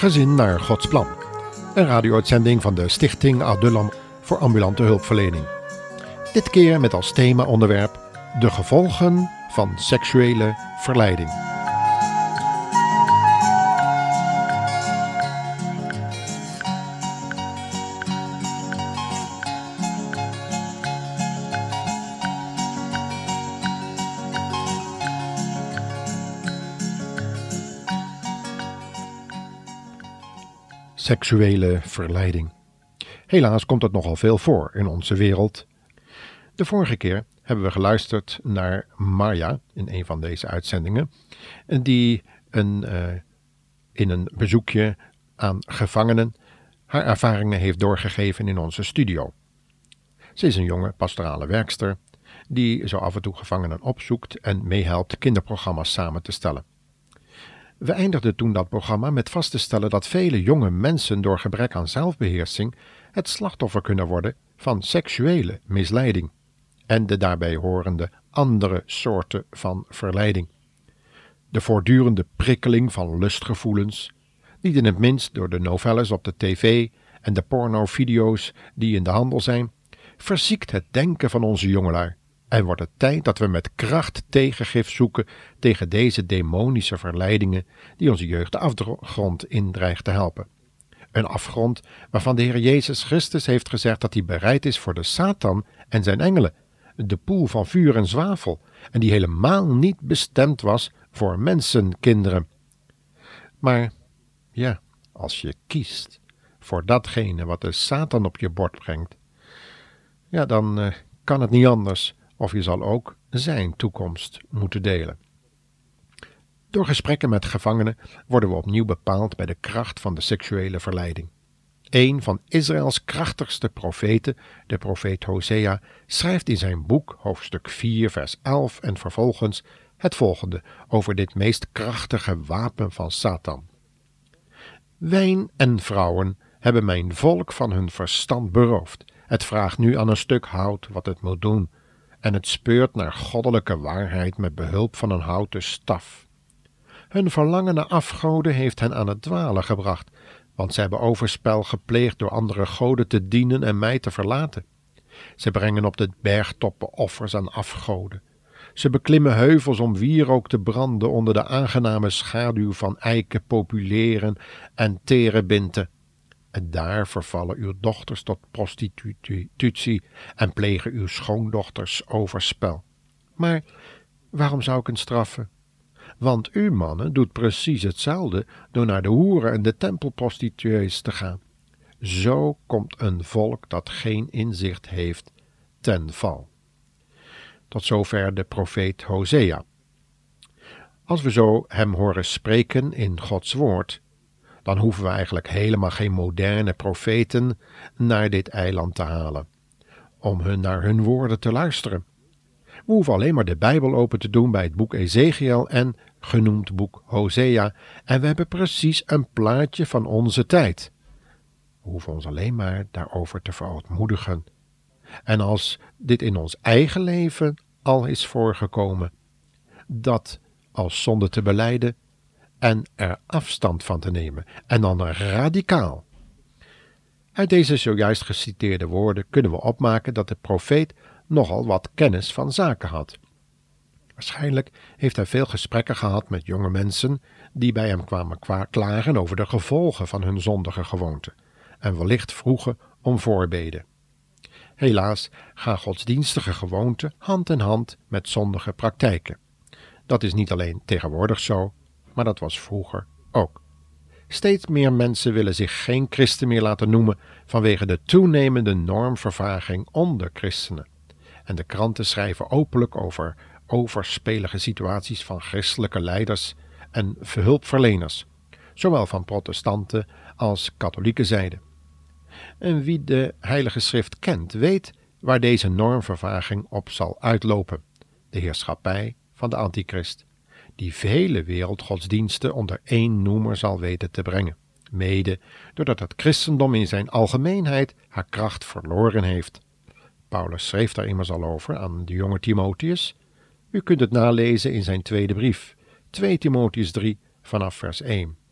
Gezin naar Gods plan. Een radio-uitzending van de Stichting Adulam voor ambulante hulpverlening. Dit keer met als thema-onderwerp de gevolgen van seksuele verleiding. Seksuele verleiding. Helaas komt het nogal veel voor in onze wereld. De vorige keer hebben we geluisterd naar Marja in een van deze uitzendingen, die in een bezoekje aan gevangenen haar ervaringen heeft doorgegeven in onze studio. Ze is een jonge pastorale werkster die zo af en toe gevangenen opzoekt en meehelpt kinderprogramma's samen te stellen. We eindigden toen dat programma met vast te stellen dat vele jonge mensen door gebrek aan zelfbeheersing het slachtoffer kunnen worden van seksuele misleiding en de daarbij horende andere soorten van verleiding. De voortdurende prikkeling van lustgevoelens, niet in het minst door de novelles op de tv en de pornovideo's die in de handel zijn, verziekt het denken van onze jongelui. En wordt het tijd dat we met kracht tegengif zoeken tegen deze demonische verleidingen die onze jeugd de afgrond in dreigt te helpen. Een afgrond waarvan de Heer Jezus Christus heeft gezegd dat hij bereid is voor de Satan en zijn engelen, de poel van vuur en zwavel, en die helemaal niet bestemd was voor mensenkinderen. Maar ja, als je kiest voor datgene wat de Satan op je bord brengt, ja, dan kan het niet anders. Of je zal ook zijn toekomst moeten delen. Door gesprekken met gevangenen worden we opnieuw bepaald bij de kracht van de seksuele verleiding. Een van Israëls krachtigste profeten, de profeet Hosea, schrijft in zijn boek, hoofdstuk 4, vers 11 en vervolgens het volgende over dit meest krachtige wapen van Satan. Wijn en vrouwen hebben mijn volk van hun verstand beroofd. Het vraagt nu aan een stuk hout wat het moet doen. En het speurt naar goddelijke waarheid met behulp van een houten staf. Hun verlangen naar afgoden heeft hen aan het dwalen gebracht, want ze hebben overspel gepleegd door andere goden te dienen en mij te verlaten. Ze brengen op de bergtoppen offers aan afgoden. Ze beklimmen heuvels om wierook te branden onder de aangename schaduw van eiken, populeren en terebinten. En daar vervallen uw dochters tot prostitutie en plegen uw schoondochters overspel. Maar waarom zou ik hen straffen? Want u, mannen, doet precies hetzelfde door naar de hoeren en de tempelprostituees te gaan. Zo komt een volk dat geen inzicht heeft ten val. Tot zover de profeet Hosea. Als we zo hem horen spreken in Gods woord, dan hoeven we eigenlijk helemaal geen moderne profeten naar dit eiland te halen, om naar hun woorden te luisteren. We hoeven alleen maar de Bijbel open te doen bij het boek Ezekiel en genoemd boek Hosea, en we hebben precies een plaatje van onze tijd. We hoeven ons alleen maar daarover te verootmoedigen. En als dit in ons eigen leven al is voorgekomen, dat als zonde te belijden en er afstand van te nemen, en dan radicaal. Uit deze zojuist geciteerde woorden kunnen we opmaken dat de profeet nogal wat kennis van zaken had. Waarschijnlijk heeft hij veel gesprekken gehad met jonge mensen die bij hem kwamen klagen over de gevolgen van hun zondige gewoonten en wellicht vroegen om voorbeden. Helaas gaan godsdienstige gewoonten hand in hand met zondige praktijken. Dat is niet alleen tegenwoordig zo, maar dat was vroeger ook. Steeds meer mensen willen zich geen christen meer laten noemen vanwege de toenemende normvervaging onder christenen. En de kranten schrijven openlijk over overspelige situaties van christelijke leiders en hulpverleners, zowel van protestanten als katholieke zijde. En wie de Heilige Schrift kent, weet waar deze normvervaging op zal uitlopen: de heerschappij van de antichrist, die vele wereldgodsdiensten onder één noemer zal weten te brengen, mede doordat het christendom in zijn algemeenheid haar kracht verloren heeft. Paulus schreef daar immers al over aan de jonge Timotheus. U kunt het nalezen in zijn tweede brief, 2 Timotheus 3, vanaf vers 1.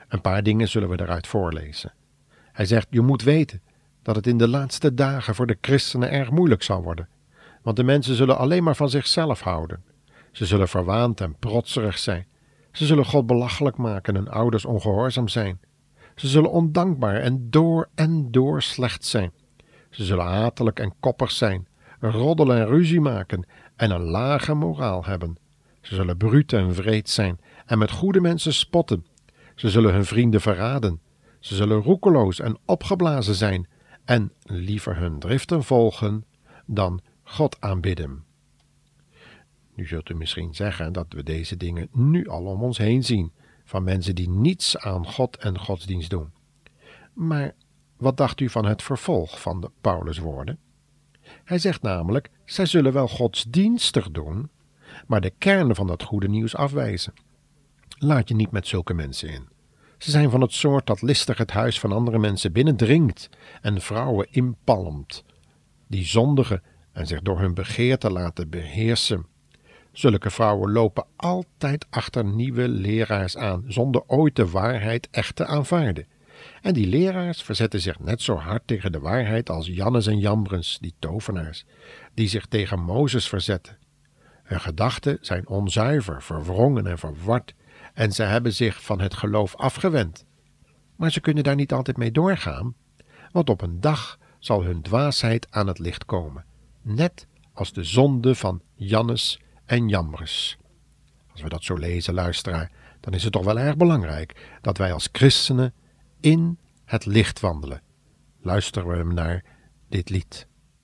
Een paar dingen zullen we eruit voorlezen. Hij zegt, je moet weten dat het in de laatste dagen voor de christenen erg moeilijk zal worden. Want de mensen zullen alleen maar van zichzelf houden. Ze zullen verwaand en protserig zijn. Ze zullen God belachelijk maken en ouders ongehoorzaam zijn. Ze zullen ondankbaar en door slecht zijn. Ze zullen hatelijk en koppig zijn, roddelen en ruzie maken en een lage moraal hebben. Ze zullen bruut en wreed zijn en met goede mensen spotten. Ze zullen hun vrienden verraden. Ze zullen roekeloos en opgeblazen zijn en liever hun driften volgen dan God aanbidden. Nu zult u misschien zeggen dat we deze dingen nu al om ons heen zien, van mensen die niets aan God en godsdienst doen. Maar wat dacht u van het vervolg van de Pauluswoorden? Hij zegt namelijk, zij zullen wel godsdienstig doen, maar de kern van dat goede nieuws afwijzen. Laat je niet met zulke mensen in. Ze zijn van het soort dat listig het huis van andere mensen binnendringt en vrouwen inpalmt, die zondigen en zich door hun begeerte laten beheersen. Zulke vrouwen lopen altijd achter nieuwe leraars aan, zonder ooit de waarheid echt te aanvaarden. En die leraars verzetten zich net zo hard tegen de waarheid als Jannes en Jambres, die tovenaars, die zich tegen Mozes verzetten. Hun gedachten zijn onzuiver, verwrongen en verward, en ze hebben zich van het geloof afgewend. Maar ze kunnen daar niet altijd mee doorgaan, want op een dag zal hun dwaasheid aan het licht komen, net als de zonde van Jannes en Jambres. Als we dat zo lezen, luisteraar, dan is het toch wel erg belangrijk dat wij als christenen in het licht wandelen. Luisteren we naar dit lied.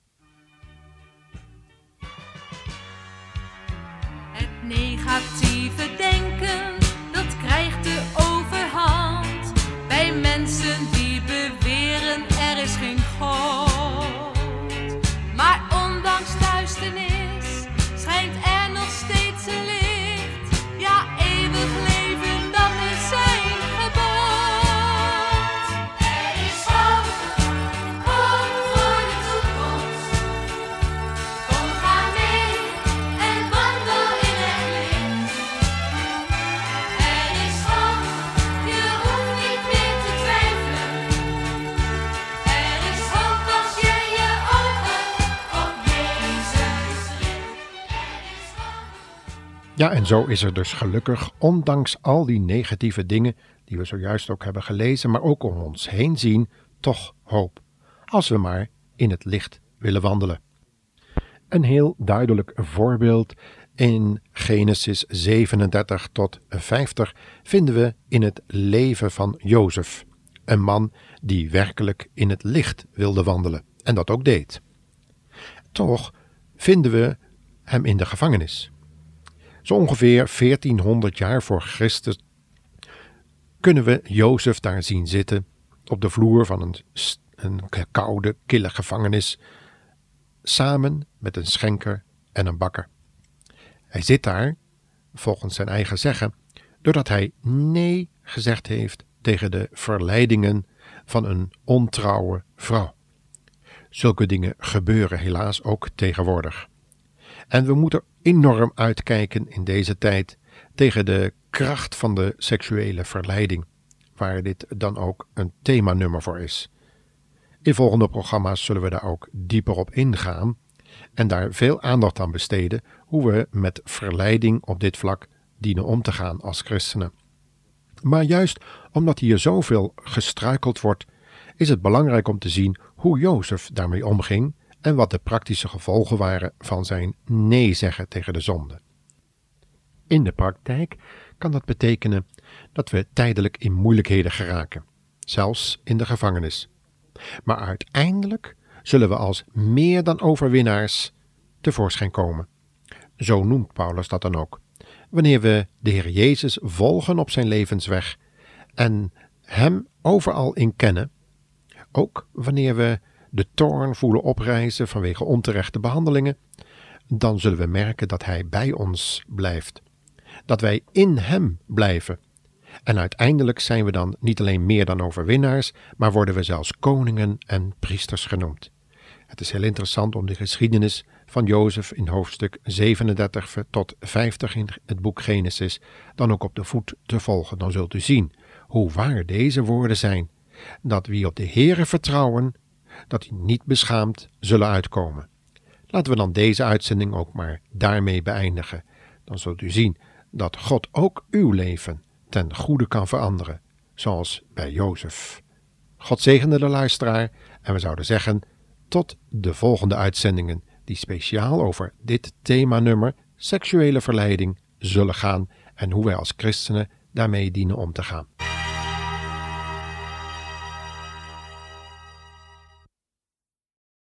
Het negatieve denken, dat krijgt de overhand bij mensen die beweren er is geen God. Maar ondanks duisternis schijnt er nog steeds een licht. Ja, eeuwig leven, dat is zijn gebod. Er is hoop, hoop voor de toekomst. Kom, ga mee en wandel in het licht. Er is hoop, je hoeft niet meer te twijfelen. Er is hoop als je je ogen op Jezus richt. Er is hoop. Ja, en zo is er dus gelukkig, ondanks al die negatieve dingen die we zojuist ook hebben gelezen, maar ook om ons heen zien, toch hoop. Als we maar in het licht willen wandelen. Een heel duidelijk voorbeeld in Genesis 37 tot 50 vinden we in het leven van Jozef. Een man die werkelijk in het licht wilde wandelen en dat ook deed. Toch vinden we hem in de gevangenis. Zo ongeveer 1400 jaar voor Christus kunnen we Jozef daar zien zitten op de vloer van een koude, kille gevangenis, samen met een schenker en een bakker. Hij zit daar, volgens zijn eigen zeggen, doordat hij nee gezegd heeft tegen de verleidingen van een ontrouwe vrouw. Zulke dingen gebeuren helaas ook tegenwoordig. En we moeten enorm uitkijken in deze tijd tegen de kracht van de seksuele verleiding, waar dit dan ook een themanummer voor is. In volgende programma's zullen we daar ook dieper op ingaan en daar veel aandacht aan besteden hoe we met verleiding op dit vlak dienen om te gaan als christenen. Maar juist omdat hier zoveel gestruikeld wordt, is het belangrijk om te zien hoe Jozef daarmee omging en wat de praktische gevolgen waren van zijn nee zeggen tegen de zonde. In de praktijk kan dat betekenen dat we tijdelijk in moeilijkheden geraken, zelfs in de gevangenis. Maar uiteindelijk zullen we als meer dan overwinnaars tevoorschijn komen. Zo noemt Paulus dat dan ook. Wanneer we de Heer Jezus volgen op zijn levensweg en hem overal in kennen, ook wanneer we de toorn voelen oprijzen vanwege onterechte behandelingen, dan zullen we merken dat hij bij ons blijft. Dat wij in hem blijven. En uiteindelijk zijn we dan niet alleen meer dan overwinnaars, maar worden we zelfs koningen en priesters genoemd. Het is heel interessant om de geschiedenis van Jozef in hoofdstuk 37 tot 50 in het boek Genesis dan ook op de voet te volgen. Dan zult u zien hoe waar deze woorden zijn, dat wie op de Heere vertrouwen, dat die niet beschaamd zullen uitkomen. Laten we dan deze uitzending ook maar daarmee beëindigen. Dan zult u zien dat God ook uw leven ten goede kan veranderen, zoals bij Jozef. God zegene de luisteraar en we zouden zeggen tot de volgende uitzendingen die speciaal over dit themanummer seksuele verleiding zullen gaan en hoe wij als christenen daarmee dienen om te gaan.